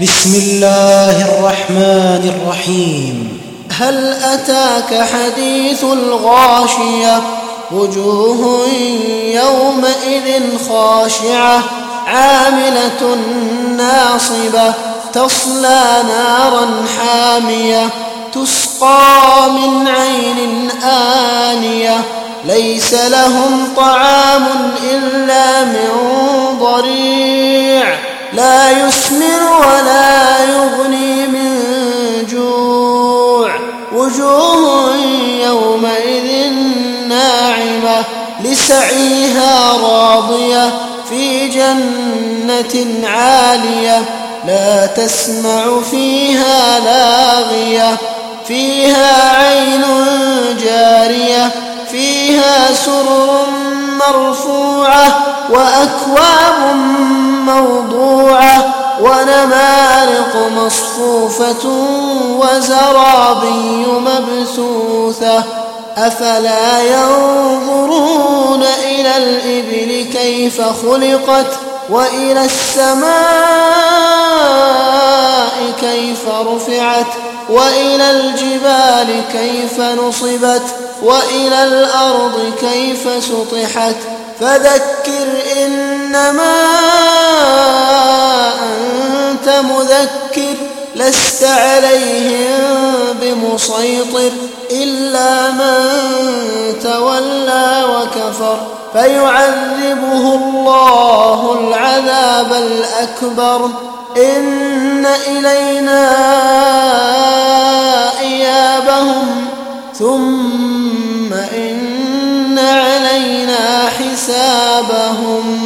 بسم الله الرحمن الرحيم. هل أتاك حديث الغاشية وجوه يومئذ خاشعة عاملة ناصبة تصلى نارا حامية تسقى من عين آنية ليس لهم طعام إلا من ضريع لا يسمن ولا يغني من جوع وجوه يومئذ ناعمة لسعيها راضية في جنة عالية لا تسمع فيها لاغية فيها عين جارية فيها سرر مرفوعة وأكواب موضوعة ونمارق مصفوفة وزرابي مبثوثة أفلا ينظرون إلى الإبل كيف خلقت وإلى السماء كيف رفعت وإلى الجبال كيف نصبت وإلى الأرض كيف سطحت فذكر إنما أنت مذكر لست عليهم بمسيطر إلا من تولى وكفر فيعذبه الله العذاب الأكبر إن إلينا إيابهم ثم إن علينا حسابهم.